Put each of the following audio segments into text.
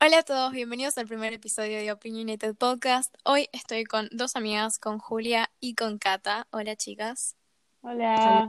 Hola a todos, bienvenidos al primer episodio de Opinionated Podcast. Hoy estoy con dos amigas, con Julia y con Cata. Hola chicas. Hola.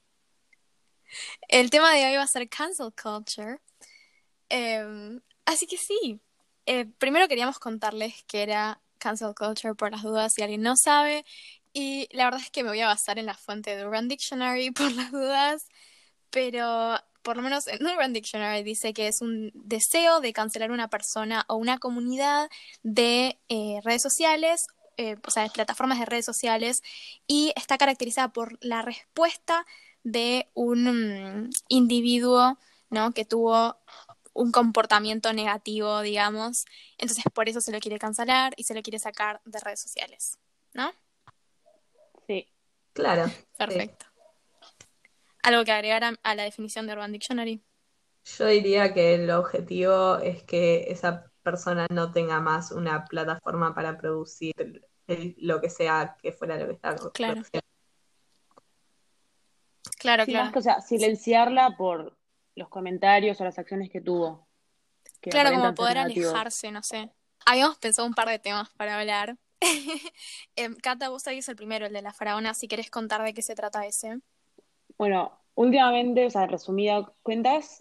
El tema de hoy va a ser cancel culture. Así que sí, primero queríamos contarles qué era cancel culture por las dudas si alguien no sabe. Y la verdad es que me voy a basar en la fuente de Urban Dictionary por las dudas. Pero por lo menos en Urban Dictionary dice que es un deseo de cancelar una persona o una comunidad de redes sociales, o sea, de plataformas de redes sociales, y está caracterizada por la respuesta de un individuo, ¿no? Que tuvo un comportamiento negativo, digamos. Entonces, por eso se lo quiere cancelar y se lo quiere sacar de redes sociales, ¿no? Sí. Claro, sí. Perfecto. ¿Algo que agregar a la definición de Urban Dictionary? Yo diría que el objetivo es que esa persona no tenga más una plataforma para producir lo que sea que fuera lo que está Claro, produciendo. claro, Sí, más claro. que, o sea, Sí. silenciarla por los comentarios o las acciones que tuvo, que Claro, como aparentan ser poder negativos. alejarse, no sé. Habíamos pensado un par de temas para hablar. Cata, vos ahí es el primero, el de la faraona, si querés contar de qué se trata ese. Bueno, últimamente, o sea, en resumidas cuentas,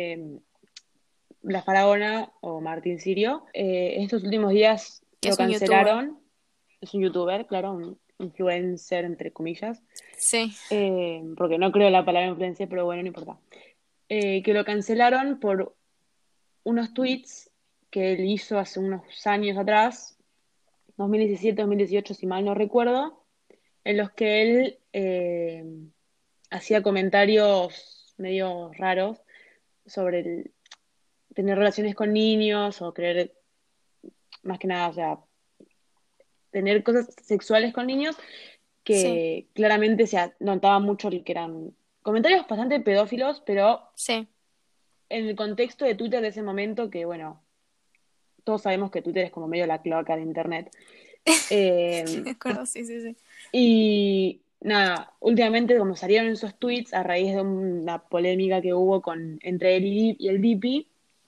la faraona o Martín Sirio, en estos últimos días Que lo es un youtuber. cancelaron. Es un youtuber, claro, un influencer, entre comillas, Sí, porque no creo la palabra influencer, pero bueno, no importa. Que lo cancelaron por unos tweets que él hizo hace unos años atrás, 2017, 2018, si mal no recuerdo, en los que él hacía comentarios medio raros sobre tener relaciones con niños o querer, más que nada, o sea, tener cosas sexuales con niños, sí, que claramente se notaba mucho que eran comentarios bastante pedófilos, pero sí. en el contexto de Twitter de ese momento, que bueno, todos sabemos que Twitter es como medio la cloaca de Internet. Sí, Eh, me acuerdo, sí, sí, sí. y nada, últimamente como salieron esos tweets a raíz de una polémica que hubo entre él y el DP,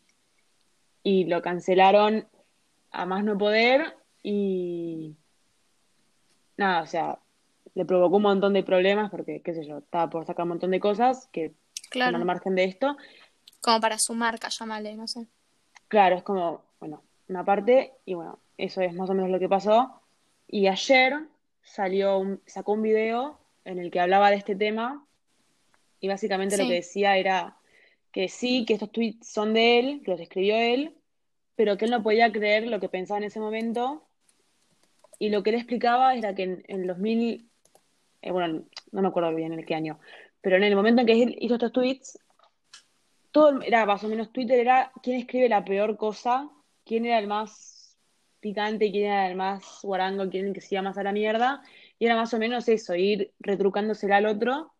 y lo cancelaron a más no poder, y nada, o sea, le provocó un montón de problemas porque, qué sé yo, estaba por sacar un montón de cosas que son al Claro. margen de esto. Como para su marca, llámale, no sé. Claro, es como, bueno, una parte, y bueno, eso es más o menos lo que pasó. Y ayer sacó un video en el que hablaba de este tema, y básicamente lo que Sí, decía era que sí, que estos tweets son de él, que los escribió él, pero que él no podía creer lo que pensaba en ese momento. Y lo que él explicaba era que en 2000, bueno, no me acuerdo bien en qué año, pero en el momento en que él hizo estos tweets, todo era más o menos Twitter, era quién escribe la peor cosa, quién era el más picante, quién era el más guarango, quién era el que se iba más a la mierda, y era más o menos eso, ir retrucándosela al otro.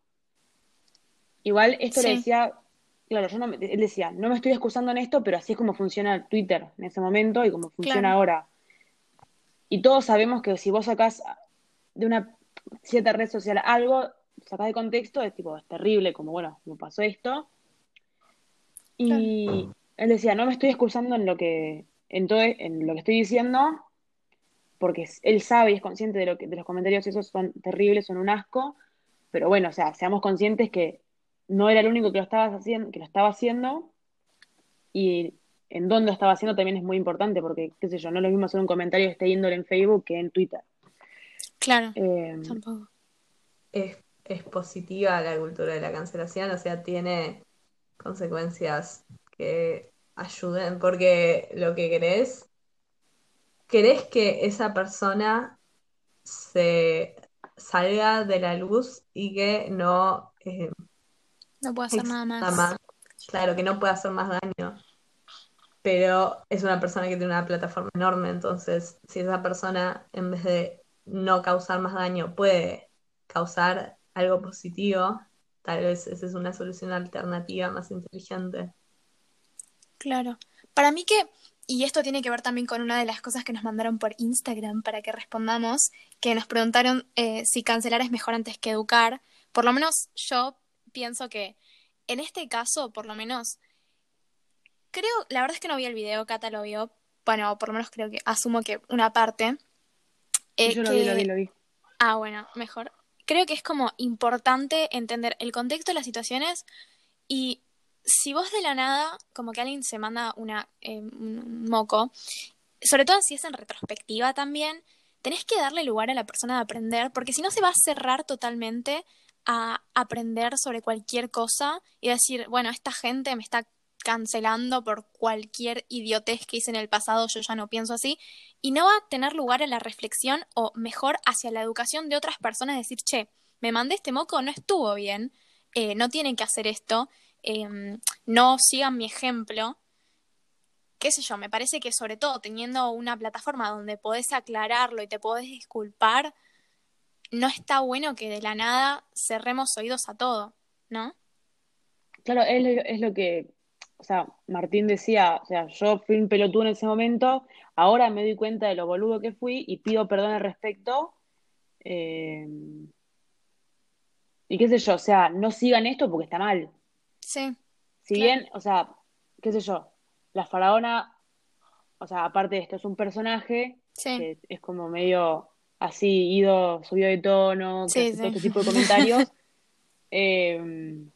Igual esto le sí, decía, claro, él decía, no me estoy excusando en esto, pero así es como funciona Twitter en ese momento y como funciona claro, ahora. Y todos sabemos que si vos sacás de una cierta red social algo, sacás de contexto, es tipo, es terrible, como bueno, como pasó esto. claro. Y él decía, no me estoy excusando en lo que estoy diciendo, porque él sabe y es consciente de los comentarios esos son terribles, son un asco, pero bueno, o sea, seamos conscientes que no era el único que lo estaba haciendo, y en dónde lo estaba haciendo también es muy importante, porque, qué sé yo, no es lo mismo hacer un comentario de este índole en Facebook que en Twitter. Claro, Eh, tampoco. Es positiva la cultura de la cancelación, o sea, tiene consecuencias que ayuden, porque lo que querés que esa persona se salga de la luz y que no No puedo hacer nada exista más. más, claro, que no pueda hacer más daño, pero es una persona que tiene una plataforma enorme, entonces si esa persona en vez de no causar más daño puede causar algo positivo, tal vez esa es una solución alternativa más inteligente. Claro. Para mí que, y esto tiene que ver también con una de las cosas que nos mandaron por Instagram para que respondamos, que nos preguntaron si cancelar es mejor antes que educar. Por lo menos yo pienso que en este caso, por lo menos, la verdad es que no vi el video, Cata lo vio, bueno, por lo menos asumo que una parte, Sí, yo lo vi. bueno, mejor. Creo que es como importante entender el contexto de las situaciones y si vos de la nada, como que alguien se manda un moco, sobre todo si es en retrospectiva también, tenés que darle lugar a la persona de aprender, porque si no se va a cerrar totalmente a aprender sobre cualquier cosa y decir, bueno, esta gente me está cancelando por cualquier idiotez que hice en el pasado, yo ya no pienso así, y no va a tener lugar a la reflexión o mejor hacia la educación de otras personas, decir, che, me mandé este moco, no estuvo bien, no tienen que hacer esto, no sigan mi ejemplo, qué sé yo, me parece que sobre todo teniendo una plataforma donde podés aclararlo y te podés disculpar, no está bueno que de la nada cerremos oídos a todo, ¿no? Claro, es lo que, o sea, Martín decía, o sea, yo fui un pelotudo en ese momento, ahora me doy cuenta de lo boludo que fui y pido perdón al respecto. eh, y qué sé yo, o sea, no sigan esto porque está mal. Sí, Si claro. bien, o sea, qué sé yo, la faraona, o sea, aparte de esto, es un personaje Sí, que es como medio así, subido de tono, que sí, hace todo sí. este tipo de comentarios. eh,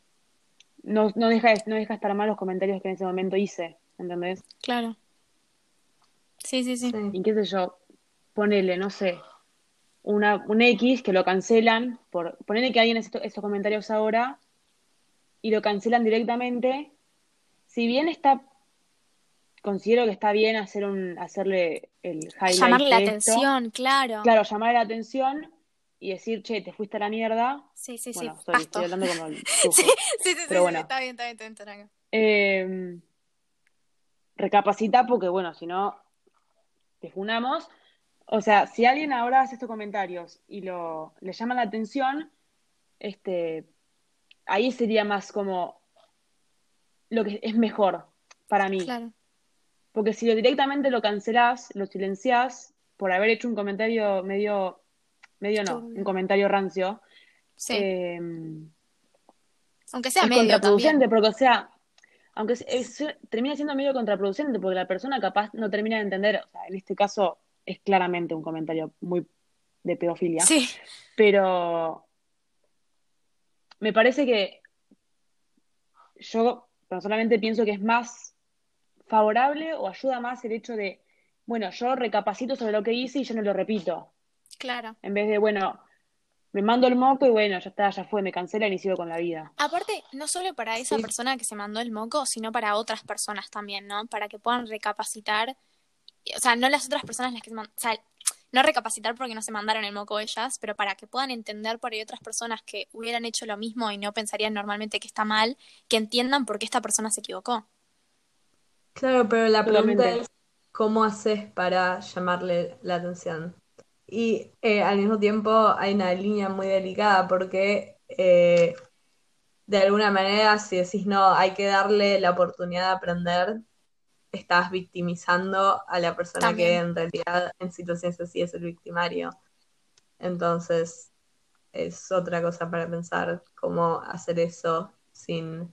no deja estar mal los comentarios que en ese momento hice, ¿entendés? Claro. Sí, sí, sí. Sí. Y qué sé yo, ponele, no sé, un X que lo cancelan, ponele que alguien hace esos comentarios ahora y lo cancelan directamente, si bien considero que está bien hacerle el highlight Llamarle la de esto, atención, claro. claro, llamar la atención y decir, che, te fuiste a la mierda. Sí, sí, sí. Bueno, sorry, estoy Pasto. hablando como el Sí, chusco. sí, sí, sí, Pero sí. bueno, Está bien, está bien, está bien, está bien. eh, recapacita porque, bueno, si no, te funamos. O sea, si alguien ahora hace estos comentarios y le llama la atención, este, ahí sería más como lo que es mejor para mí. Claro. Porque si directamente lo cancelás, lo silenciás por haber hecho un comentario medio no, un Turbio. comentario rancio, Sí. eh, Aunque sea es medio también. contraproducente, porque, o sea, aunque termina siendo medio contraproducente, porque la persona capaz no termina de entender, o sea, en este caso es claramente un comentario muy de pedofilia, Sí. pero me parece que yo personalmente pienso que es más favorable o ayuda más el hecho de, bueno, yo recapacito sobre lo que hice y yo no lo repito, Claro. en vez de, bueno, me mando el moco y bueno, ya está, ya fue, me cancelan y sigo con la vida. Aparte, no solo para esa Sí, persona que se mandó el moco, sino para otras personas también, ¿no? Para que puedan recapacitar. O sea, no las otras personas las que o sea, no recapacitar porque no se mandaron el moco ellas, pero para que puedan entender por ahí otras personas que hubieran hecho lo mismo y no pensarían normalmente que está mal, que entiendan por qué esta persona se equivocó. claro, pero la pregunta Totalmente. es, ¿cómo haces para llamarle la atención? Y al mismo tiempo hay una línea muy delicada porque de alguna manera si decís no, hay que darle la oportunidad de aprender, estás victimizando a la persona que También. en realidad en situaciones así es el victimario. Entonces es otra cosa para pensar cómo hacer eso sin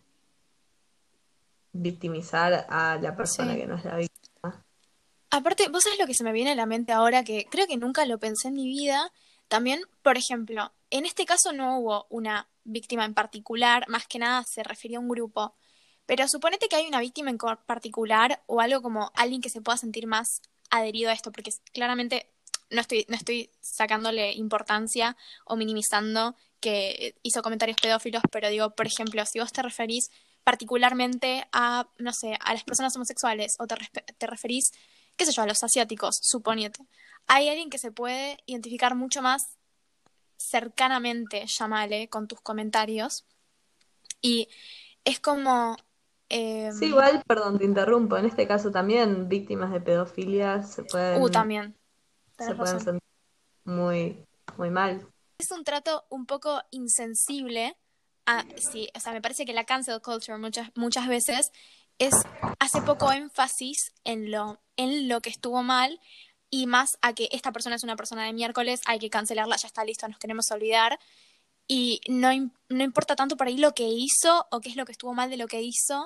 victimizar a la persona Sí. que no es la víctima. Aparte, vos sabés lo que se me viene a la mente ahora, que creo que nunca lo pensé en mi vida. También, por ejemplo, en este caso no hubo una víctima en particular, más que nada se refería a un grupo. Pero suponete que hay una víctima en particular o algo como alguien que se pueda sentir más adherido a esto, porque claramente no estoy sacándole importancia o minimizando que hizo comentarios pedófilos, pero digo, por ejemplo, si vos te referís particularmente a, no sé, a las personas homosexuales o te referís qué sé yo, a los asiáticos, suponete. Hay alguien que se puede identificar mucho más cercanamente, llámale, con tus comentarios. Y es como... eh, Sí, igual, perdón, te interrumpo. En este caso también víctimas de pedofilia también, se tenés pueden razón. sentir muy, muy mal. Es un trato un poco insensible. Sí, o sea, me parece que la cancel culture muchas veces hace poco énfasis en lo que estuvo mal y más a que esta persona es una persona de miércoles, hay que cancelarla, ya está listo, nos queremos olvidar. Y no importa tanto por ahí lo que hizo o qué es lo que estuvo mal de lo que hizo.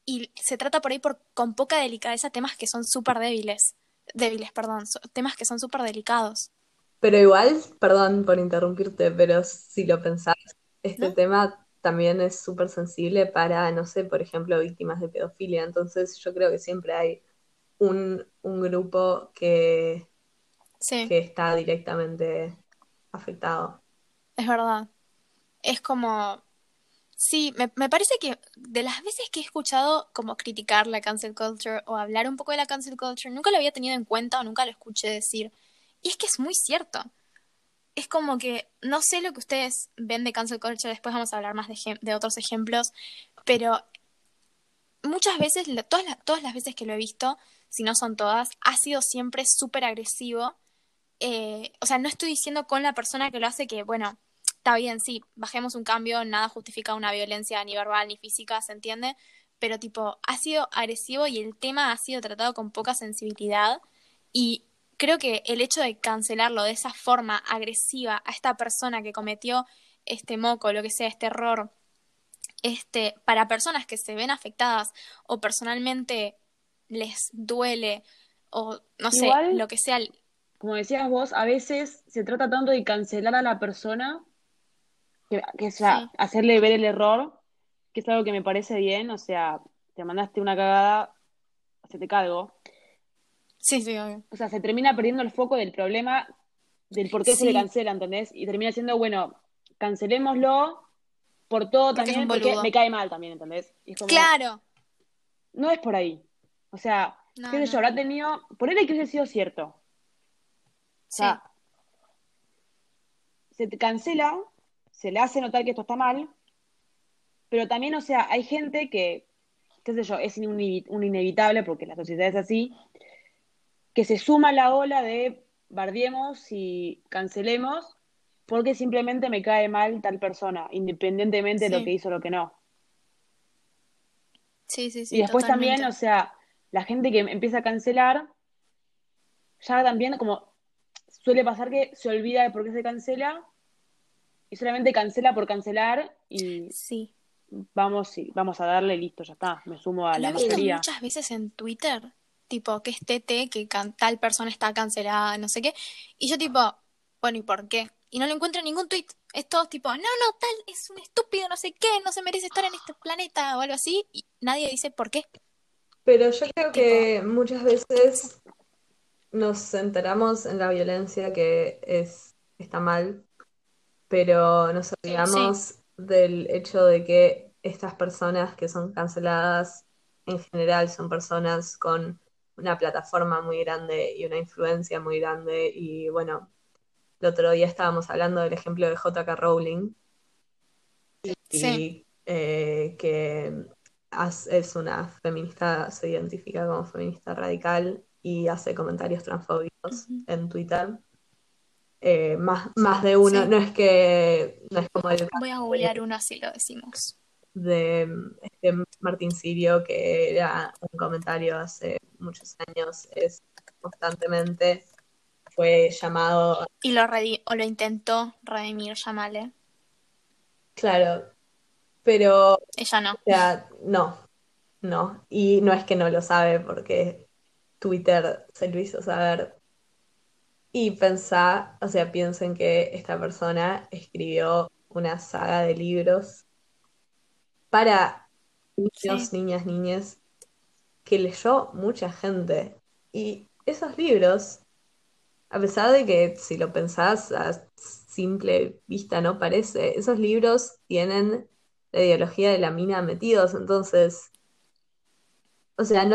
y se trata por ahí con poca delicadeza temas que son súper débiles, perdón, temas que son súper delicados, Pero igual, perdón por interrumpirte, pero si lo pensás, este ¿no? tema también es súper sensible para, no sé, por ejemplo, víctimas de pedofilia. Entonces yo creo que siempre hay un grupo Sí, que está directamente afectado. es verdad. Es como, sí, me parece que de las veces que he escuchado como criticar la cancel culture o hablar un poco de la cancel culture, nunca lo había tenido en cuenta o nunca lo escuché decir. Y es que es muy cierto. Es como que no sé lo que ustedes ven de cancel culture, después vamos a hablar más de otros ejemplos, pero muchas veces, todas las veces que lo he visto, si no son todas, ha sido siempre súper agresivo. O sea, no estoy diciendo con la persona que lo hace que, bueno, está bien, sí, bajemos un cambio, nada justifica una violencia ni verbal ni física, ¿se entiende? Pero tipo, ha sido agresivo y el tema ha sido tratado con poca sensibilidad y creo que el hecho de cancelarlo de esa forma agresiva a esta persona que cometió este moco, lo que sea, este error, para personas que se ven afectadas o personalmente les duele o no sé, Igual, lo que sea, como decías vos, a veces se trata tanto de cancelar a la persona que es sí, hacerle ver el error, que es algo que me parece bien, o sea, te mandaste una cagada, se te cargo. sí, sí, obvio. O sea, se termina perdiendo el foco del problema del por qué se le Sí, cancela, ¿entendés? Y termina siendo, bueno, cancelémoslo por todo porque es un también, porque me boludo. cae mal también, ¿entendés? Y es como, Claro. no es por ahí. O sea, qué No, sé yo, no. habrá tenido, por él que hubiese sido cierto. O Sí, sea, se te cancela, se le hace notar que esto está mal, pero también, o sea, hay gente que, qué sé yo, es un inevitable, porque la sociedad es así, que se suma a la ola de bardiemos y cancelemos porque simplemente me cae mal tal persona, independientemente de lo que sí, hizo o lo que no. sí, sí, Y sí, después también, totalmente. o sea, la gente que empieza a cancelar, ya también como suele pasar que se olvida de por qué se cancela y solamente cancela por cancelar y Sí. vamos a darle, listo, ya está, me sumo a Lo la he visto Sí. mayoría. muchas veces en Twitter, tipo, que es TT, que tal persona está cancelada, no sé qué. Y yo tipo, bueno, ¿y por qué? Y no le encuentro ningún tweet. Es todo tipo, no, no, tal, es un estúpido, no sé qué, no se merece estar en este planeta o algo así. Y nadie dice por qué. Pero yo creo Tipo, que muchas veces nos enteramos en la violencia que está mal, pero nos sí, olvidamos del hecho de que estas personas que son canceladas en general son personas con una plataforma muy grande y una influencia muy grande. Y bueno, el otro día estábamos hablando del ejemplo de J.K. Rowling sí. y que es una feminista, se identifica como feminista radical y hace comentarios transfóbicos Ujú. en Twitter. Más de uno, Sí. no es como el Voy a caso googlear uno así lo decimos. de Martín Sirio, que era un comentario hace muchos años, es constantemente fue llamado, Y o lo intentó redimir, llamale. claro, pero, o Ella no. sea, no, no, y no es que no lo sabe porque Twitter se lo hizo saber. Y pensá, o sea, piensen que esta persona escribió una saga de libros para Sí, niños, niñas, niñas, que leyó mucha gente. Y esos libros, a pesar de que si lo pensás a simple vista no parece, esos libros tienen la ideología de la mina metidos. Entonces, o sea,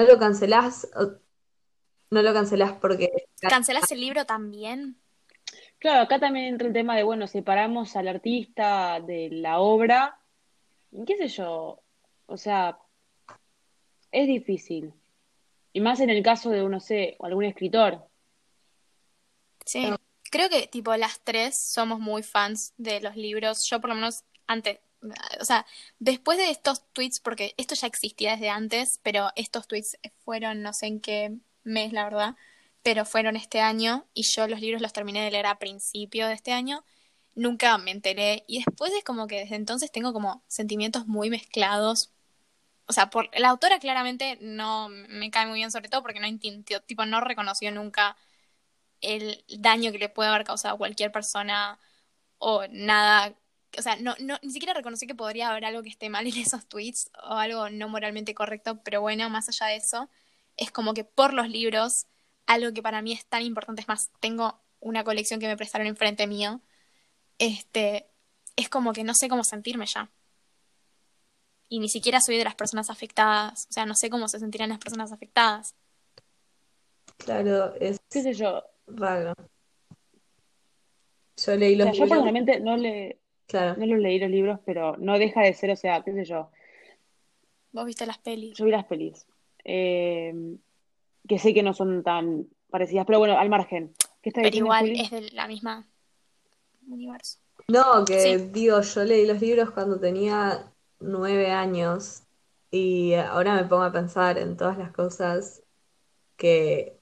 no lo cancelás porque ¿cancelás el libro también? Claro, acá también entra el tema de, bueno, separamos al artista de la obra, y qué sé yo, o sea, es difícil. Y más en el caso de, no sé, algún escritor. Sí. Creo que tipo las tres somos muy fans de los libros. Yo por lo menos antes, o sea, después de estos tweets, porque esto ya existía desde antes, pero estos tweets fueron no sé en qué mes, la verdad, pero fueron este año y yo los libros los terminé de leer a principio de este año. Nunca me enteré y después es como que desde entonces tengo como sentimientos muy mezclados. o sea, por la autora claramente no me cae muy bien, sobre todo porque no entendió, tipo, no reconoció nunca el daño que le puede haber causado a cualquier persona o nada. O sea, ni siquiera reconoció que podría haber algo que esté mal en esos tweets o algo no moralmente correcto, pero bueno, más allá de eso, es como que por los libros, algo que para mí es tan importante, es más, tengo una colección que me prestaron enfrente mío, es como que no sé cómo sentirme ya. Y ni siquiera soy de las personas afectadas, o sea, no sé cómo se sentirán las personas afectadas. Claro, es qué sé yo. raro. Yo leí O los sea, yo libros, personalmente claro. no los leí los libros, pero no deja de ser, o sea, qué sé yo. Vos viste las pelis. Yo vi las pelis. Eh, que sé que no son tan parecidas, pero bueno, al margen. ¿Qué estás Pero diciendo, igual Juli? es de la misma universo. No, que Sí, digo, yo leí los libros cuando tenía 9 años y ahora me pongo a pensar en todas las cosas que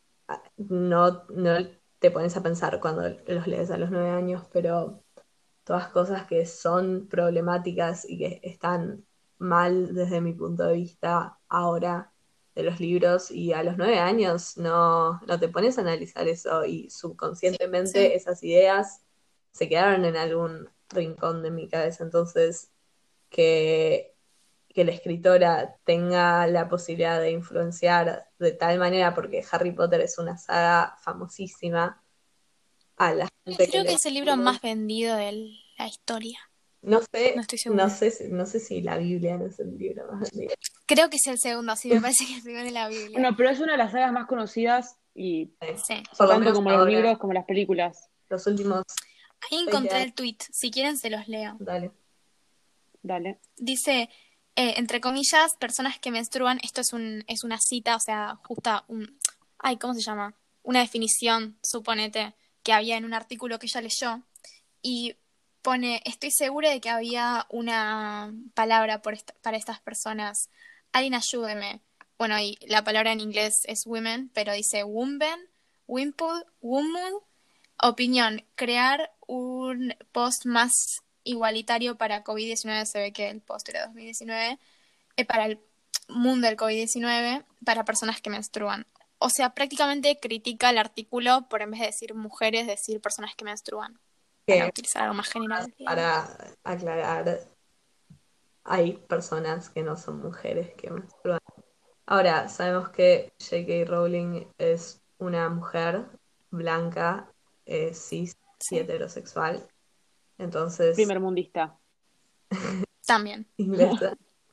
no te pones a pensar cuando los lees a los 9 años, pero todas cosas que son problemáticas y que están mal desde mi punto de vista ahora de los libros y a los 9 años no te pones a analizar eso y subconscientemente sí. esas ideas se quedaron en algún rincón de mi cabeza. Entonces, que, que la escritora tenga la posibilidad de influenciar de tal manera, porque Harry Potter es una saga famosísima, a la gente que Creo que le es el libro gusta. más vendido de la historia. No No sé, estoy no segura. sé, no sé si la Biblia no es el libro más vendido. Creo que es el segundo, sí, me parece que es el segundo de la Biblia. Bueno, pero es una de las sagas más conocidas y, Sí. o sea, Por lo tanto menos como los ahora, libros como las películas. los últimos Ahí 20 encontré años. el tweet. Si quieren, se los leo. Dale. Dale. Dice, entre comillas, personas que menstruan, esto es una cita, o sea, justa ay, ¿cómo se llama? Una definición, suponete, que había en un artículo que ella leyó, y pone, estoy segura de que había una palabra para estas personas. Alguien ayúdeme. Bueno, y la palabra en inglés es women, pero dice woman, wimple, woman. Opinión, crear un post más igualitario para COVID-19, se ve que el post era 2019, para el mundo del COVID-19, para personas que menstruan. O sea, prácticamente critica el artículo por en vez de decir mujeres, decir personas que menstruan, para Que utilizar algo más general, digamos. para aclarar, hay personas que no son mujeres que menstruan. Ahora, sabemos que J.K. Rowling es una mujer blanca, cis y Sí, heterosexual, entonces Primer mundista. también. inglesa.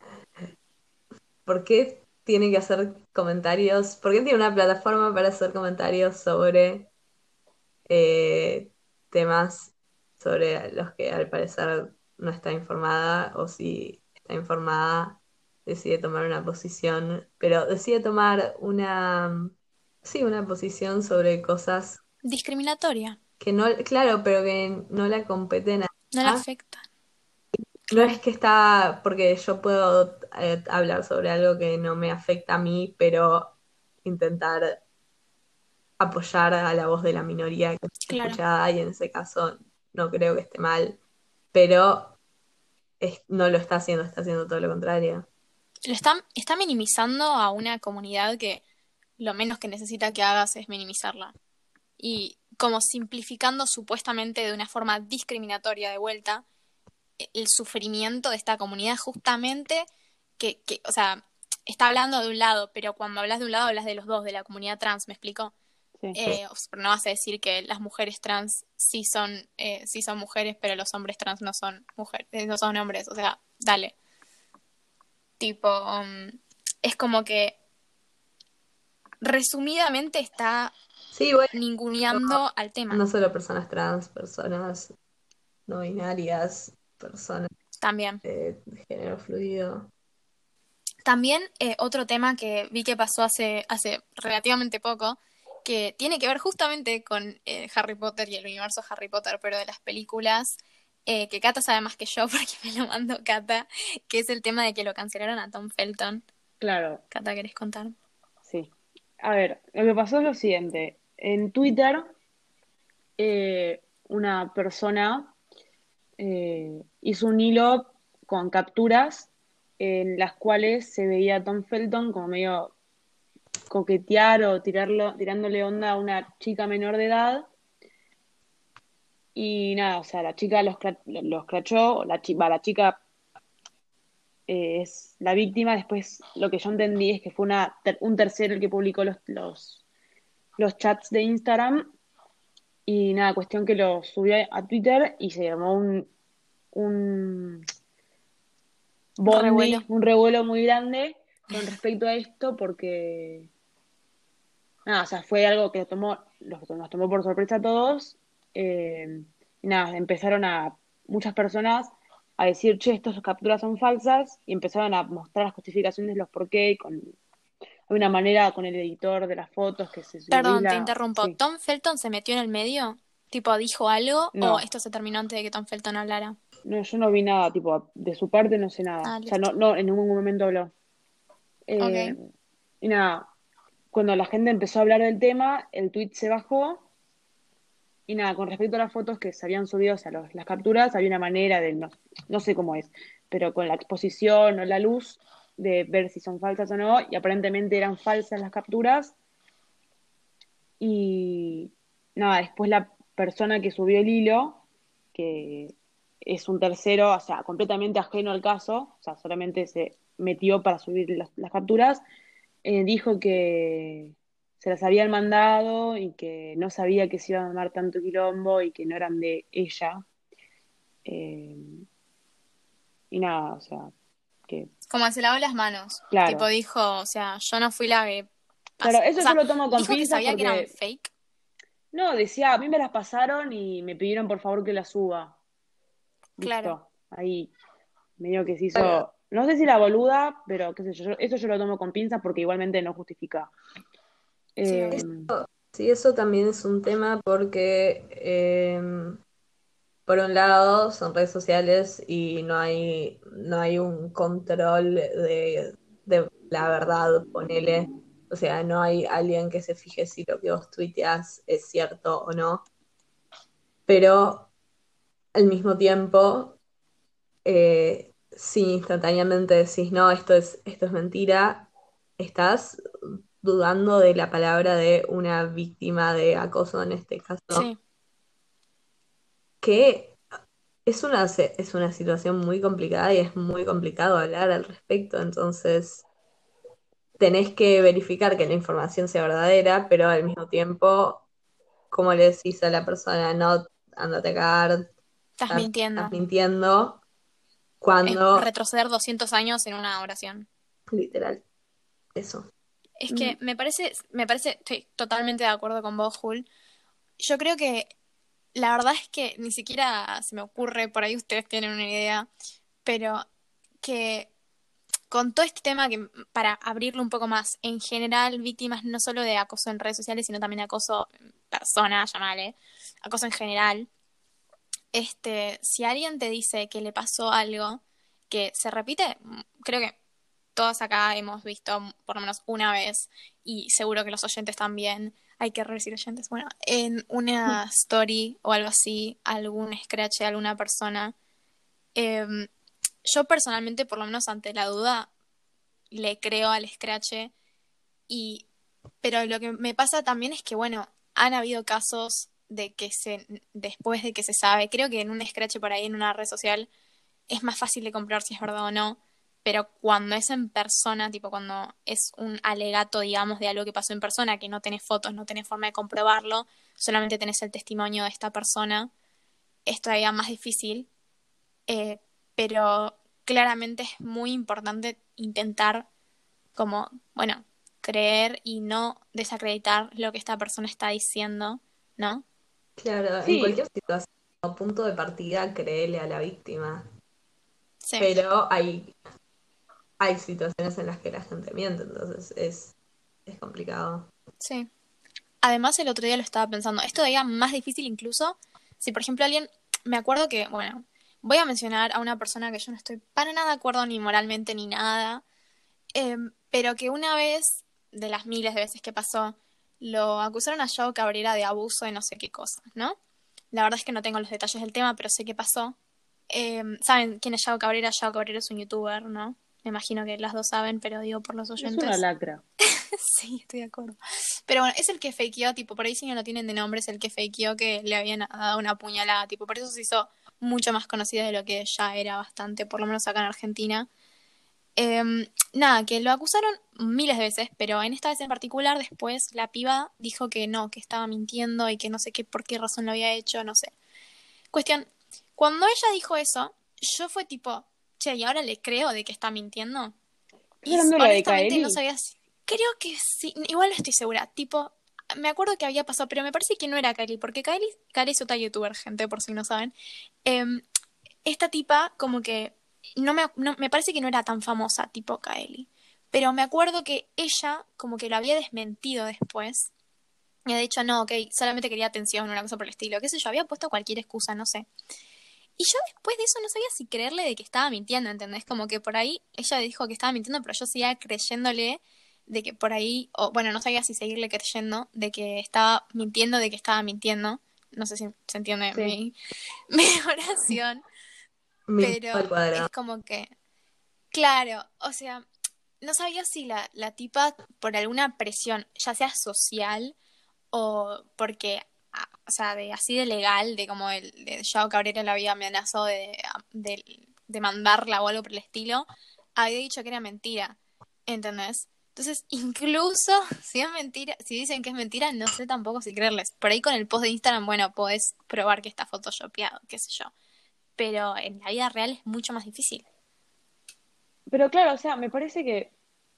¿Por qué tiene que hacer comentarios? ¿Por qué tiene una plataforma para hacer comentarios sobre temas sobre los que al parecer no está informada o si está informada decide tomar una posición, pero decide tomar sí, una posición sobre cosas Discriminatoria, que no, claro, pero que no la competen a no le ella. afecta, No es claro. que está, porque yo puedo hablar sobre algo que no me afecta a mí, pero intentar apoyar a la voz de la minoría que es Claro. escuchada y en ese caso no creo que esté mal, pero no lo está haciendo todo lo contrario. Está minimizando a una comunidad que lo menos que necesita que hagas es minimizarla. Y como simplificando supuestamente de una forma discriminatoria de vuelta el sufrimiento de esta comunidad justamente o sea, está hablando de un lado, pero cuando hablas de un lado hablas de los dos, de la comunidad trans, ¿me explico? Sí. No vas a decir que las mujeres trans sí son mujeres, pero los hombres trans no son mujeres, no son hombres, o sea, dale. Tipo, es como que resumidamente está Sí, bueno, ninguneando al no tema solo personas trans, personas no binarias, personas también. de género fluido. También otro tema que vi que pasó hace relativamente poco, que tiene que ver justamente con Harry Potter y el universo Harry Potter, pero de las películas, que Cata sabe más que yo porque me lo mandó Cata, que es el tema de que lo cancelaron a Tom Felton. Claro, Cata, ¿querés contar? sí. A ver, lo que pasó es lo siguiente. En Twitter, una persona hizo un hilo con capturas en las cuales se veía a Tom Felton como medio coquetear o tirándole onda a una chica menor de edad. Y nada, o sea, la chica los crachó, la chica es la víctima. Después lo que yo entendí es que fue un tercero el que publicó los chats de Instagram. Y nada, cuestión que lo subió a Twitter y se llamó un Revuelo. un revuelo muy grande con respecto a esto, porque nada, o sea, fue algo que nos tomó por sorpresa a todos. Y nada, empezaron muchas personas a decir, che, estas capturas son falsas, y empezaron a mostrar las justificaciones, los por qué, hay una manera con el editor de las fotos que si subís Perdón, te interrumpo. Sí, ¿Tom Felton se metió en el medio? ¿Tipo, dijo algo? ¿O no, esto se terminó antes de que Tom Felton hablara? no, yo no vi nada, tipo, de su parte no sé nada. Ah, O sea, listo. no, en ningún momento habló. Eh, Ok. y nada, cuando la gente empezó a hablar del tema, el tweet se bajó. Y nada, con respecto a las fotos que se habían subido, o sea, las capturas, había una manera no sé cómo es, pero con la exposición o la luz, de ver si son falsas o no, y aparentemente eran falsas las capturas. Y nada, después la persona que subió el hilo, que es un tercero, o sea, completamente ajeno al caso, o sea, solamente se metió para subir las capturas, dijo que se las habían mandado y que no sabía que se iba a armar tanto quilombo y que no eran de ella. Eh, y nada, o sea, que Como se lavó las manos. Tipo, claro. dijo, o sea, yo no fui la que Claro, o eso yo sea, lo tomo con dijo que pinzas sabía que eran porque, fake. no, decía, a mí me las pasaron y me pidieron por favor que las suba. Claro. Listo, ahí medio que se Bueno, hizo, no sé si la boluda, pero qué sé yo, eso yo lo tomo con pinzas porque igualmente no justifica. Sí, Eh, obvio. sí, eso también es un tema porque, por un lado, son redes sociales y no hay un control de la verdad, ponele. O sea, no hay alguien que se fije si lo que vos tuiteás es cierto o no. Pero al mismo tiempo, si instantáneamente decís, no, esto es mentira, estás dudando de la palabra de una víctima de acoso en este caso, Sí. que es una situación muy complicada y es muy complicado hablar al respecto. Entonces tenés que verificar que la información sea verdadera, pero al mismo tiempo, como le decís a la persona, no, ándate a cagar, Estás estás mintiendo. mintiendo, Es cuando retroceder 200 años en una oración. literal, eso. Es mm, que estoy totalmente de acuerdo con vos, Jul. Yo creo que la verdad es que ni siquiera se me ocurre, por ahí ustedes tienen una idea, pero que con todo este tema, que para abrirlo un poco más, en general, víctimas no solo de acoso en redes sociales, sino también de acoso en persona, llamale, acoso en general, si alguien te dice que le pasó algo que se repite, creo que todos acá hemos visto por lo menos una vez, y seguro que los oyentes también, hay que decir oyentes, bueno, en una story o algo así, algún scratch de alguna persona. eh, yo personalmente, por lo menos ante la duda, le creo al scratch y pero lo que me pasa también es que, bueno, han habido casos de que después de que se sabe, creo que en un scratch por ahí en una red social es más fácil de comprobar si es verdad o no, pero cuando es en persona, tipo cuando es un alegato, digamos, de algo que pasó en persona, que no tenés fotos, no tenés forma de comprobarlo, solamente tenés el testimonio de esta persona, es todavía más difícil, eh, pero claramente es muy importante intentar como, bueno, creer y no desacreditar lo que esta persona está diciendo, ¿no? Claro, en sí, cualquier situación o punto de partida, créele a la víctima, Sí, pero hay situaciones en las que la gente miente, entonces es complicado. sí. Además, el otro día lo estaba pensando, es todavía más difícil incluso si, por ejemplo, alguien, me acuerdo que, bueno, voy a mencionar a una persona que yo no estoy para nada de acuerdo ni moralmente ni nada, pero que una vez, de las miles de veces que pasó, lo acusaron a Joe Cabrera de abuso de no sé qué cosa, ¿no? La verdad es que no tengo los detalles del tema, pero sé qué pasó. ¿Saben quién es Yao Cabrera? Yao Cabrera es un youtuber, ¿no? Me imagino que las dos saben, pero digo por los Es una oyentes. lacra. Sí, estoy de acuerdo. Pero bueno, es el que fakeó, tipo, por ahí si no lo tienen de nombre, es el que fakeó que le habían dado una puñalada, tipo, por eso se hizo mucho más conocida de lo que ya era bastante, por lo menos acá en Argentina. Nada, que lo acusaron miles de veces, pero en esta vez en particular, después la piba dijo que no, que estaba mintiendo y que no sé qué, por qué razón lo había hecho, no sé. Cuestión, cuando ella dijo eso, yo fue tipo, che, ¿y ahora le creo de que está mintiendo? ¿Estás Y hablando de la de honestamente no Kaeli? sabía si... Creo que sí, igual no estoy segura. Tipo, me acuerdo que había pasado, pero me parece que no era Kylie, porque Kylie es otra youtuber, gente, por si no saben. Em, Esta tipa, como que, me parece que no era tan famosa, tipo Kylie. Pero me acuerdo que ella, como que lo había desmentido después. Y había dicho, no, ok, solamente quería atención, una cosa por el estilo. Qué sé yo, había puesto cualquier excusa, no sé. Y yo después de eso no sabía si creerle de que estaba mintiendo, ¿entendés? Como que por ahí ella dijo que estaba mintiendo, pero yo seguía creyéndole de que por ahí, o bueno, no sabía si seguirle creyendo de que estaba mintiendo, de que estaba mintiendo. No sé si se entiende Sí. mi oración, Mintiendo al pero cuadrado. es como que, claro, o sea, no sabía si la tipa por alguna presión, ya sea social o porque, o sea, de así de legal, de como el de Joao Cabrera la había amenazado de mandarla o algo por el estilo, había dicho que era mentira, ¿entendés? Entonces, incluso si es mentira, si dicen que es mentira, no sé tampoco si creerles. Por ahí con el post de Instagram, bueno, podés probar que está photoshopeado, qué sé yo. Pero en la vida real es mucho más difícil. Pero claro, o sea, me parece que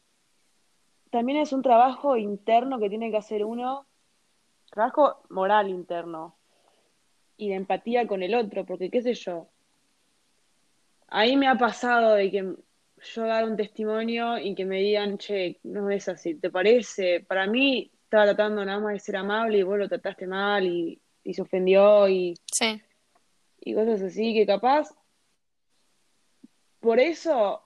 también es un trabajo interno que tiene que hacer uno, trabajo moral interno y de empatía con el otro, porque qué sé yo, ahí me ha pasado de que yo dar un testimonio y que me digan, che, no es así, ¿te parece? Para mí estaba tratando nada más de ser amable y vos lo trataste mal y se ofendió Sí, y cosas así, que capaz, por eso,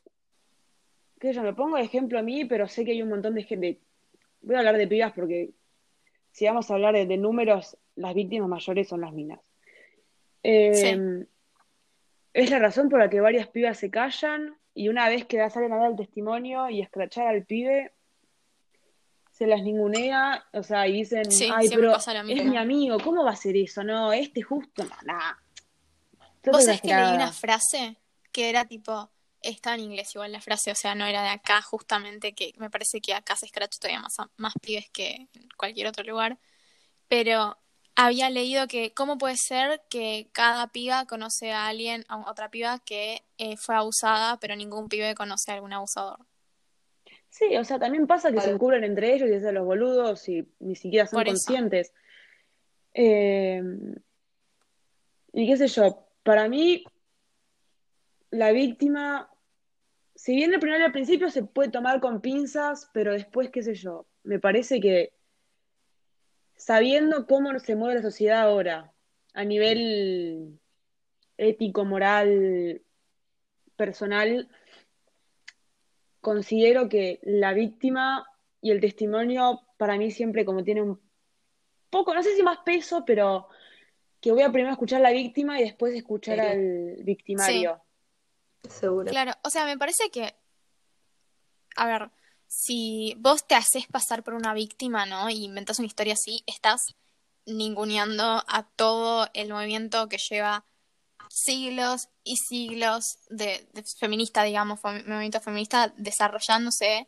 qué sé yo, me pongo de ejemplo a mí, pero sé que hay un montón de gente, voy a hablar de pibas porque si vamos a hablar de números, las víctimas mayores son las minas. sí, Eh, es la razón por la que varias pibas se callan y una vez que salen a dar el testimonio y escrachar al pibe, se las ningunea, o sea, y dicen, sí, ay, siempre pero pasa lo es mi mismo. amigo, ¿cómo va a hacer eso? No, este justo, no, nada, sos Vos sabés que leí una exagerada. frase que era tipo, estaba en inglés igual la frase, o sea, no era de acá justamente, que me parece que acá se escracha todavía más pibes que en cualquier otro lugar, pero había leído que cómo puede ser que cada piba conoce a alguien, a otra piba que fue abusada, pero ningún pibe conoce a algún abusador. Sí, o sea, también pasa que se Claro. encubren entre ellos y se hacen los boludos y ni siquiera son Por eso, conscientes. Eh, y qué sé yo, para mí, la víctima, si bien al principio se puede tomar con pinzas, pero después, qué sé yo, me parece que sabiendo cómo se mueve la sociedad ahora, a nivel ético, moral, personal, considero que la víctima y el testimonio para mí siempre como tiene un poco, no sé si más peso, pero que voy a primero escuchar a la víctima y después escuchar Sí, al sí, victimario. seguro. claro, o sea, me parece que a ver, si vos te haces pasar por una víctima, ¿no? Y inventás una historia así, estás ninguneando a todo el movimiento que lleva siglos y siglos de feminista, digamos, movimiento feminista desarrollándose.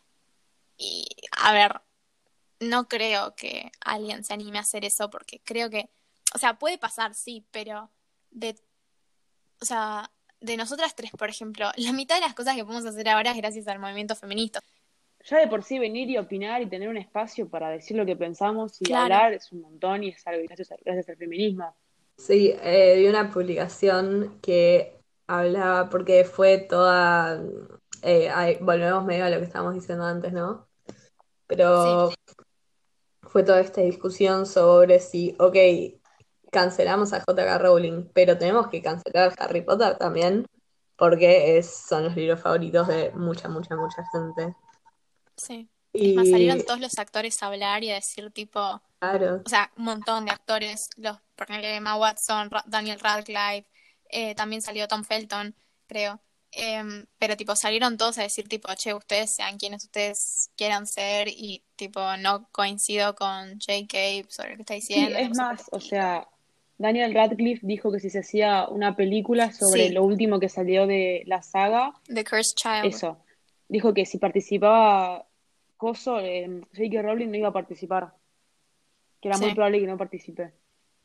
Y, a ver, no creo que alguien se anime a hacer eso porque creo que, o sea, puede pasar, sí, pero de, o sea, de nosotras tres, por ejemplo, la mitad de las cosas que podemos hacer ahora es gracias al movimiento feminista. Ya de por sí venir y opinar y tener un espacio para decir lo que pensamos y Claro, hablar es un montón y es algo gracias al feminismo. Sí, vi una publicación que hablaba, porque fue toda, volvemos medio a lo que estábamos diciendo antes, ¿no? sí. Pero fue toda esta discusión sobre si, ok, cancelamos a J.K. Rowling, pero tenemos que cancelar a Harry Potter también, porque son los libros favoritos de mucha, mucha, mucha gente. Sí. Es más, salieron Y todos los actores a hablar y a decir tipo, claro, o sea, un montón de actores, por ejemplo, Emma Watson, Daniel Radcliffe, también salió Tom Felton, creo. Pero tipo salieron todos a decir tipo, che, ustedes sean quienes ustedes quieran ser y tipo no coincido con JK sobre lo que está Sí, diciendo, una es cosa por el más, o estilo. sea, Daniel Radcliffe dijo que si se hacía una película sobre Sí, lo último que salió de la saga, The Cursed Child. eso. Dijo que si participaba Coso, J.K. Rowling no iba a participar, que era muy Sí, probable que no participe.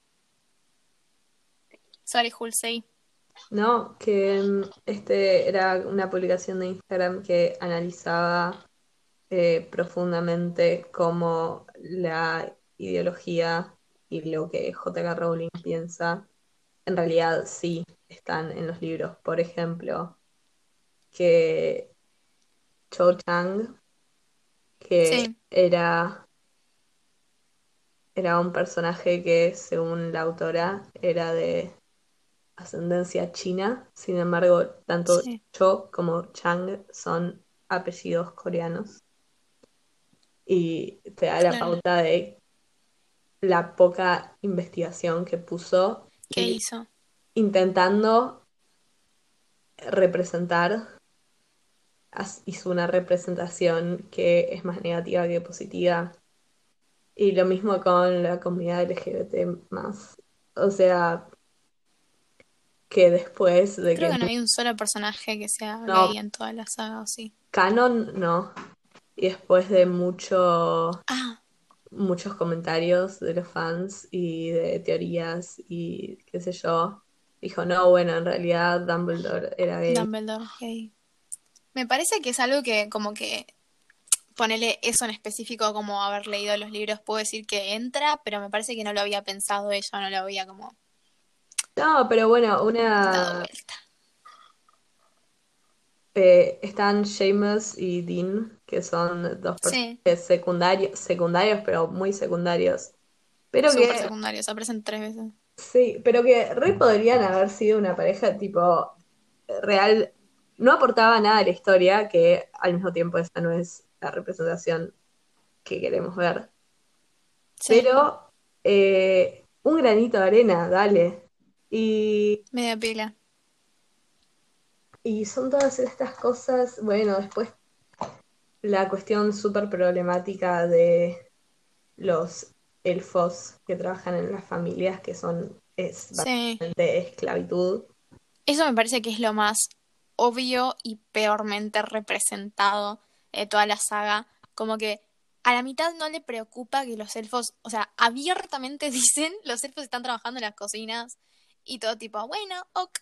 sorry, Hulsey. ¿No? Que este era una publicación de Instagram que analizaba profundamente cómo la ideología y lo que J.K. Rowling piensa en realidad sí están en los libros. Por ejemplo, que Cho Chang, que Sí, era un personaje que, según la autora, era de ascendencia china. Sin embargo, tanto sí, Cho como Chang son apellidos coreanos. Y te da la claro. pauta de la poca investigación que puso ¿Qué y hizo? intentando representar, hizo una representación que es más negativa que positiva. Y lo mismo con la comunidad LGBT más. O sea, que después de Creo que que no hay un solo personaje que sea no, gay en toda la saga, ¿o sí? canon no. Y después de Ah, muchos comentarios de los fans y de teorías y qué sé yo, dijo, no, bueno, en realidad Dumbledore era gay. Dumbledore, gay. Me parece que es algo que como que ponerle eso en específico como haber leído los libros, puedo decir que entra, pero me parece que no lo había pensado ella, no lo había como No, pero bueno, dado vuelta. están Seamus y Dean, que son dos Sí, personajes secundarios, pero muy secundarios. Pero súper que, secundario, se aparecen 3 veces. sí, pero que re podrían haber sido una pareja tipo real, no aportaba nada a la historia, que al mismo tiempo esa no es la representación que queremos ver. Sí, Pero un granito de arena, dale. Y, media pila. y son todas estas cosas, bueno, después la cuestión súper problemática de los elfos que trabajan en las familias, es Sí, básicamente esclavitud. eso me parece que es lo más obvio y peormente representado de toda la saga. Como que a la mitad no le preocupa que los elfos, o sea, abiertamente dicen, los elfos están trabajando en las cocinas y todo tipo, bueno, ok.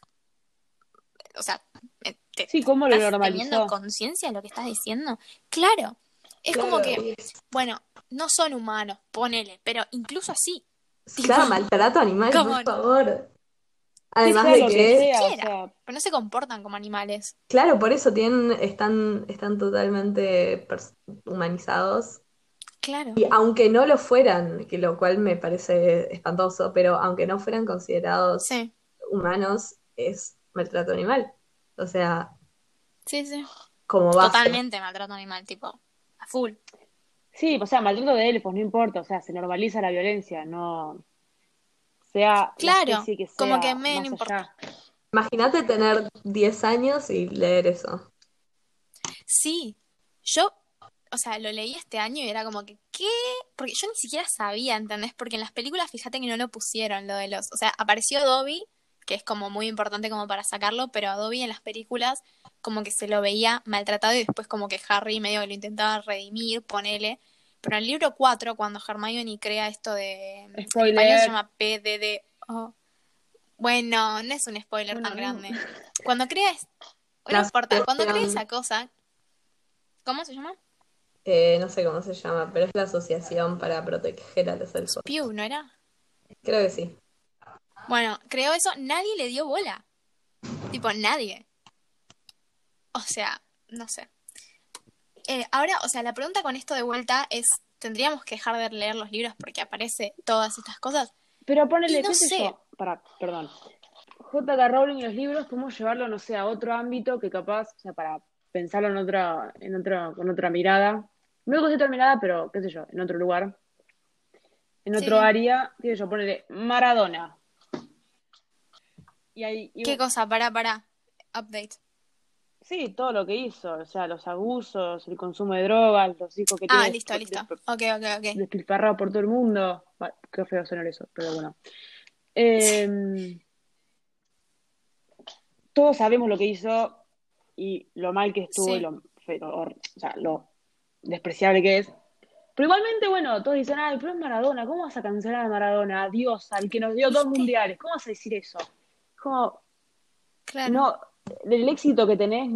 O sea, Sí, te ¿cómo lo estás teniendo normalizó? conciencia de lo que estás diciendo? Claro, es como Claro, que, bueno, no son humanos, ponele, pero incluso así, tipo, claro, maltrato animal, por como favor. Sí, Además sea de lo que que, sea, o cualquiera, sea, pero no se comportan como animales. claro, por eso están totalmente humanizados. Claro, Y aunque no lo fueran, que lo cual me parece espantoso, pero aunque no fueran considerados sí, humanos, es maltrato animal. O sea, sí, sí. como base. Totalmente maltrato animal, tipo, a full. sí, o sea, maltrato de elfos, no importa, o sea, se normaliza la violencia, no sea la Claro, especie que como que sea, me no más importa. allá. Imagínate tener 10 años y leer eso. Sí, yo, o sea, lo leí este año y era como que, ¿qué? Porque yo ni siquiera sabía, ¿entendés? Porque en las películas, fíjate que no lo pusieron, lo de los, o sea, apareció Dobby, que es como muy importante como para sacarlo, pero a Dobby en las películas como que se lo veía maltratado y después como que Harry medio que lo intentaba redimir, ponele. Pero en el libro 4 cuando Hermione crea esto de, en español se Spoiler. llama PDD, bueno, no es un spoiler Bueno, tan no. grande. Cuando creas, no La importa, cuando crea asociación, esa cosa, ¿cómo se llama? no sé cómo se llama, pero es la asociación para proteger a los elfos. Spew, ¿no era? Creo que sí. Bueno, creó eso, nadie le dio bola. Tipo, nadie. O sea, no sé. Ahora, o sea, la pregunta con esto de vuelta es, ¿tendríamos que dejar de leer los libros porque aparece todas estas cosas? Pero Y ponele, no qué sé sé. yo, perdón. J.K. Rowling y los libros, podemos llevarlo, no sé, a otro ámbito que capaz, o sea, para pensarlo con otra mirada. No con otra mirada, pero qué sé yo, en otro lugar, en otro Sí. área, qué sé yo, ponele Maradona. Y ahí, ¿Qué cosa? Para. Update. Sí, todo lo que hizo, o sea, los abusos, el consumo de drogas, los hijos que tiene Listo. Ok. despilfarrados por todo el mundo. Qué feo sonar eso, pero bueno. Eh, Todos sabemos lo que hizo y lo mal que estuvo y Sí, o sea, lo despreciable que es. Pero igualmente, bueno, todos dicen, ay, pero es Maradona, ¿cómo vas a cancelar a Maradona? A Dios, al que nos dio dos ¿viste? mundiales, ¿cómo vas a decir eso? Como, Claro. no, el éxito que tenés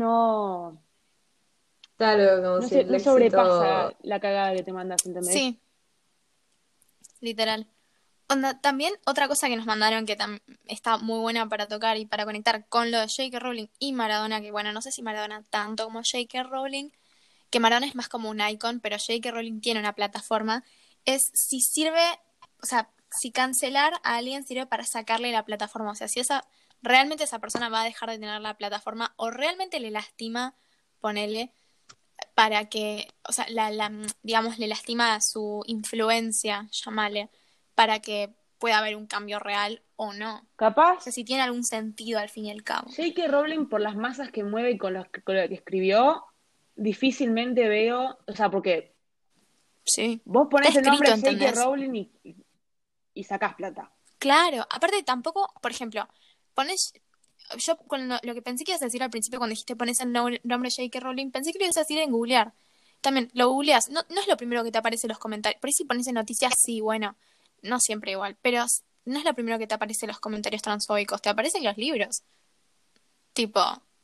Claro, como si el no sobrepasa éxito... la cagada que te mandas, ¿entendés? Sí, literal. Onda, también otra cosa que nos mandaron que está muy buena para tocar y para conectar con lo de J.K. Rowling y Maradona, que bueno, no sé si Maradona tanto como J.K. Rowling, que Maradona es más como un icon, pero J.K. Rowling tiene una plataforma, es si sirve, o sea, si cancelar a alguien sirve para sacarle la plataforma, o sea, si realmente esa persona va a dejar de tener la plataforma o realmente le lastima, ponele, para que, o sea, digamos, le lastima su influencia, llamale, para que pueda haber un cambio real o no. O sea, Capaz, si tiene algún sentido al fin y al cabo. J.K. Rowling, por las masas que mueve y con lo que escribió, difícilmente veo, o sea, porque Sí. vos Está ponés el nombre escrito, J.K. ¿entendés? Rowling y sacás plata. Claro, aparte tampoco, por ejemplo, pones, yo con lo que pensé que ibas a decir al principio cuando dijiste pones el nombre J.K. Rowling, pensé que lo ibas a decir en googlear. También lo googleas, no es lo primero que te aparece en los comentarios. Por ahí si pones en noticias, sí, bueno, no siempre igual, pero no es lo primero que te aparece en los comentarios transfóbicos, te aparecen los libros. Tipo,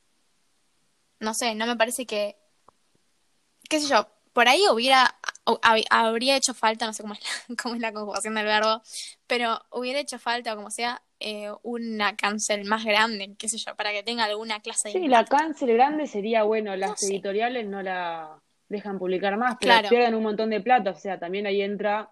no sé, no me parece que, qué sé yo, por ahí habría hecho falta, no sé cómo es cómo es la conjugación del verbo, pero hubiera hecho falta, o como sea, una cancel más grande, qué sé yo, para que tenga alguna clase de Sí, la impacto. cancel grande sería, bueno, No las sé, editoriales no la dejan publicar más, pero claro, pierden un montón de plata, o sea, también ahí entra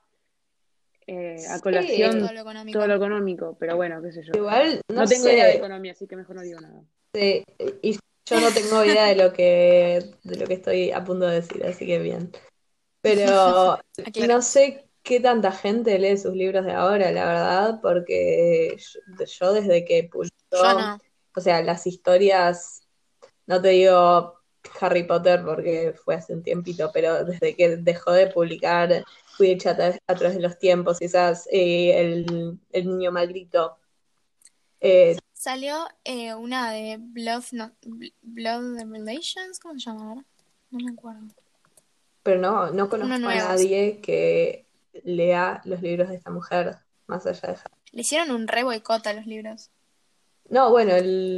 a Sí, todo colación lo todo económico. lo económico, pero bueno, qué sé yo. igual, no No tengo idea de sé, economía, así que mejor no digo nada. sí, y yo no tengo idea de lo que estoy a punto de decir, así que bien. Pero no Aclaremos. sé qué tanta gente lee sus libros de ahora, la verdad, porque yo desde que Yo publicó, no. o sea, las historias, no te digo Harry Potter porque fue hace un tiempito, pero desde que dejó de publicar Quidditch a través de los tiempos, quizás el niño maldito. eh, Salió una de Blood Relations, ¿cómo se llama ahora? No me acuerdo. pero no Uno conozco a nuevo. nadie que lea los libros de esta mujer, más allá de... Le hicieron un re boicot a los libros. No, bueno,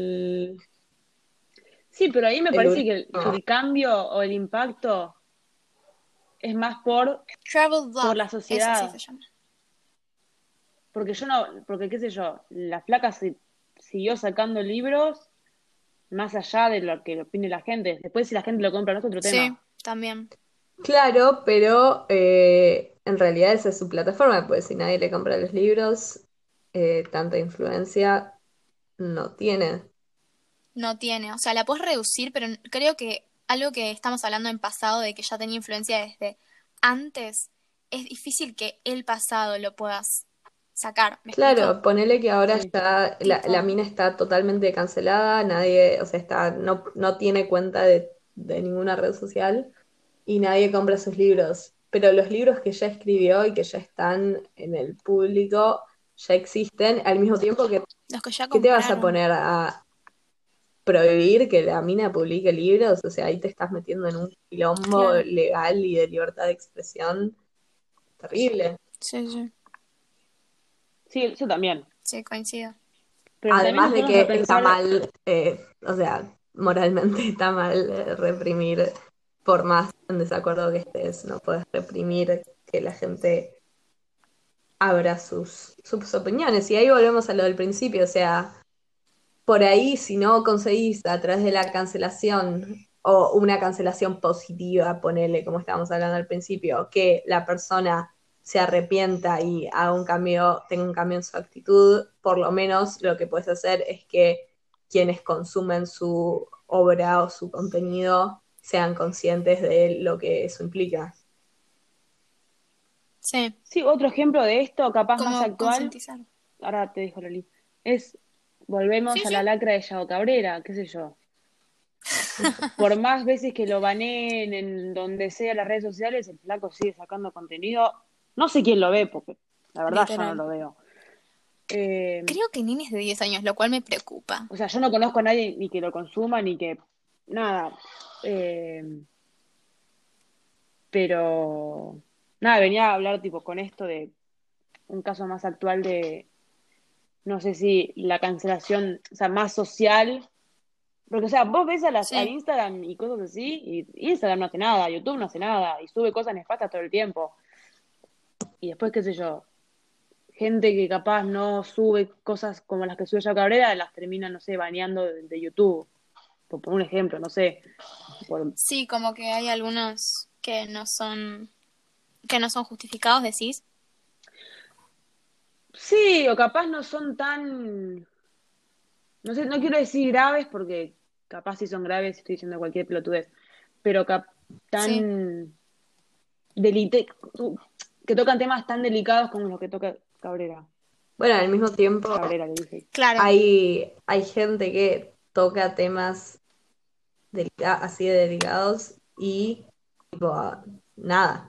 Sí, pero ahí me el parece que último. el cambio o el impacto es más Travel por Blood, la eso sí se sociedad. llama. Porque yo no, porque qué sé yo, la flaca siguió sacando libros más allá de lo que opine la gente. Después, si la gente lo compra, no es otro Sí, tema. también. Claro, pero en realidad esa es su plataforma, pues si nadie le compra los libros, tanta influencia no tiene. No tiene. O sea, la puedes reducir, pero creo que algo que estamos hablando en pasado de que ya tenía influencia desde antes, es difícil que el pasado lo puedas sacar. ¿Me explico? Claro, ponele que ahora Sí. ya la Tipo, mina está totalmente cancelada, nadie, o sea, no tiene cuenta de ninguna red social y nadie compra sus libros. Pero los libros que ya escribió y que ya están en el público ya existen, al mismo tiempo los que ya que te vas a compraron. poner a prohibir que la mina publique libros, o sea, ahí te estás metiendo en un quilombo Claro. legal y de libertad de expresión terrible. Sí, sí. Sí, eso también. Sí, coincido. Pero también Además nos de ponemos a que está pensar, mal, o sea, moralmente está mal reprimir, por más en desacuerdo que estés, no puedes reprimir que la gente abra sus opiniones. Y ahí volvemos a lo del principio, o sea, por ahí, si no conseguís a través de la cancelación o una cancelación positiva, ponele, como estábamos hablando al principio, que la persona se arrepienta y haga un cambio, tenga un cambio en su actitud, por lo menos lo que puedes hacer es que quienes consumen su obra o su contenido sean conscientes de lo que eso implica. Sí, sí, otro ejemplo de esto, capaz más como actual, concientizar. ahora te dijo Loli, es, volvemos Sí, a sí. la lacra de Yao Cabrera, qué sé yo. Por más veces que lo baneen en donde sea las redes sociales, el flaco sigue sacando contenido. No sé quién lo ve, porque la verdad yo no Literal. lo veo. Eh, Creo que nenes de 10 años, lo cual me preocupa. o sea, yo no conozco a nadie ni que lo consuma, ni que nada. Eh, pero nada, venía a hablar tipo con esto de un caso más actual de, no sé si la cancelación, o sea, más social. Porque, o sea, vos ves a Sí, Instagram y cosas así, y Instagram no hace nada, YouTube no hace nada, y sube cosas nefastas todo el tiempo. Y después, qué sé yo, gente que capaz no sube cosas como las que sube Yao Cabrera, las termina, no sé, baneando de YouTube. Por un ejemplo, no sé. Por- sí, como que hay algunos que no son justificados, decís. Sí, o capaz no son tan, no sé, no quiero decir graves porque capaz si son graves estoy diciendo cualquier pelotudez, pero Sí, tan delite, que tocan temas tan delicados como los que toca Cabrera. Bueno, al mismo tiempo Cabrera, le dije. claro, hay gente que toca temas así de delicados y tipo, nada.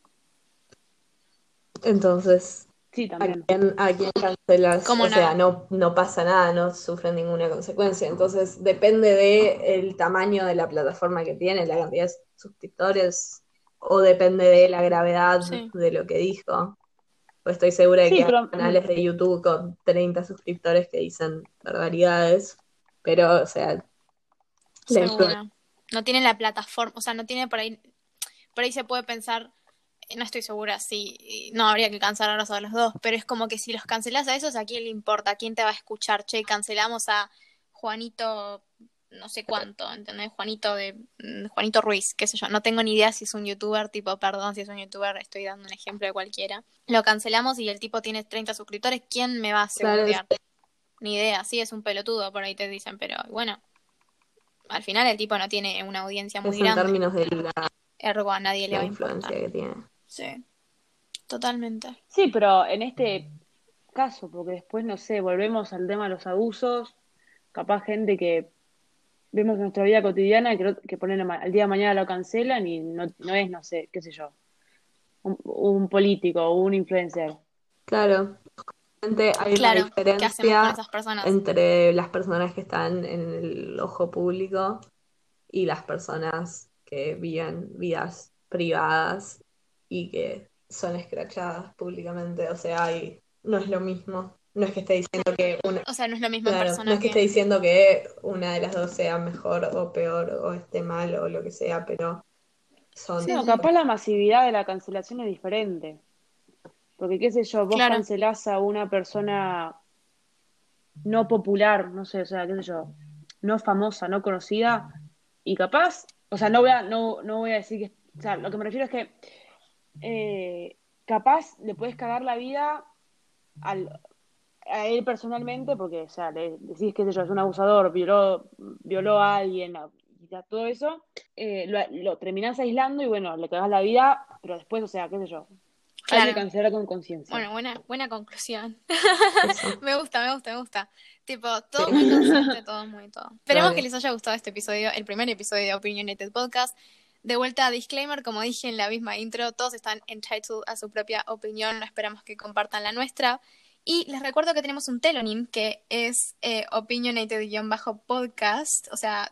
Entonces, Sí, también. a quién cancelas? ¿cómo O sea, nada? no pasa nada, no sufren ninguna consecuencia. Entonces, depende de el tamaño de la plataforma que tiene, la cantidad de suscriptores, o depende de la gravedad Sí, de lo que dijo. Pues estoy segura de Sí, que hay pero canales de YouTube con 30 suscriptores que dicen barbaridades, pero, o sea, la influencia. seguro. No tiene la plataforma, o sea, no tiene por ahí se puede pensar, no estoy segura si no habría que cancelarlos a los dos, pero es como que si los cancelas a esos, ¿a quién le importa? ¿A quién te va a escuchar? Che, cancelamos a Juanito, no sé cuánto, ¿entendés? Juanito Ruiz, qué sé yo. No tengo ni idea si es un youtuber, tipo, perdón, si es un youtuber, estoy dando un ejemplo de cualquiera. Lo cancelamos y el tipo tiene 30 suscriptores, ¿quién me va a Claro, segundear? Ni idea, sí es un pelotudo, por ahí te dicen, pero bueno, al final el tipo no tiene una audiencia muy es en grande, términos de ergo a nadie le la va a influencia importar. que tiene. Sí, totalmente. sí, pero en este caso, porque después, no sé, volvemos al tema de los abusos, capaz gente que vemos en nuestra vida cotidiana que ponen al día de mañana lo cancelan y no es, no sé, qué sé yo, un político o un influencer. Claro, realmente hay una Claro, ¿qué hacemos con diferencia esas personas? entre las personas que están en el ojo público y las personas que viven vidas privadas y que son escrachadas públicamente. O sea, no es lo mismo. No es que esté diciendo que una, O sea, no es lo mismo en claro, no persona es que esté que... diciendo que una de las dos sea mejor o peor o esté mal o lo que sea, pero son, Sí, No, sí, capaz la masividad de la cancelación es diferente, porque qué sé yo, vos claro, cancelás a una persona no popular, no sé, o sea, qué sé yo, no famosa, no conocida, y capaz, o sea, no voy a decir que, o sea, lo que me refiero es que capaz le puedes cagar la vida a él personalmente, porque, o sea, le decís que es un abusador, violó a alguien, y todo eso, lo terminás aislando y bueno, le cagás la vida, pero después, o sea, qué sé yo, hay que claro. cancelar con conciencia. Bueno, buena conclusión. eso. Me gusta. Tipo, todo muy Sí. consciente, todo muy todo. Esperemos que Claro. les haya gustado este episodio, el primer episodio de Opinionated Podcast. De vuelta, disclaimer, como dije en la misma intro, todos están entitled a su propia opinión, no esperamos que compartan la nuestra. Y les recuerdo que tenemos un telonym que es opinionated-podcast, o sea,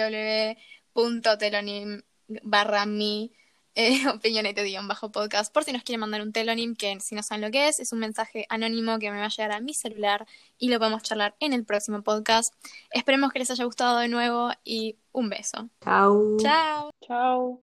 www.telonym.me opinionated-podcast, por si nos quieren mandar un telonym, que si no saben lo que es un mensaje anónimo que me va a llegar a mi celular y lo podemos charlar en el próximo podcast. Esperemos que les haya gustado de nuevo y un beso. Chau. Chao. Chao.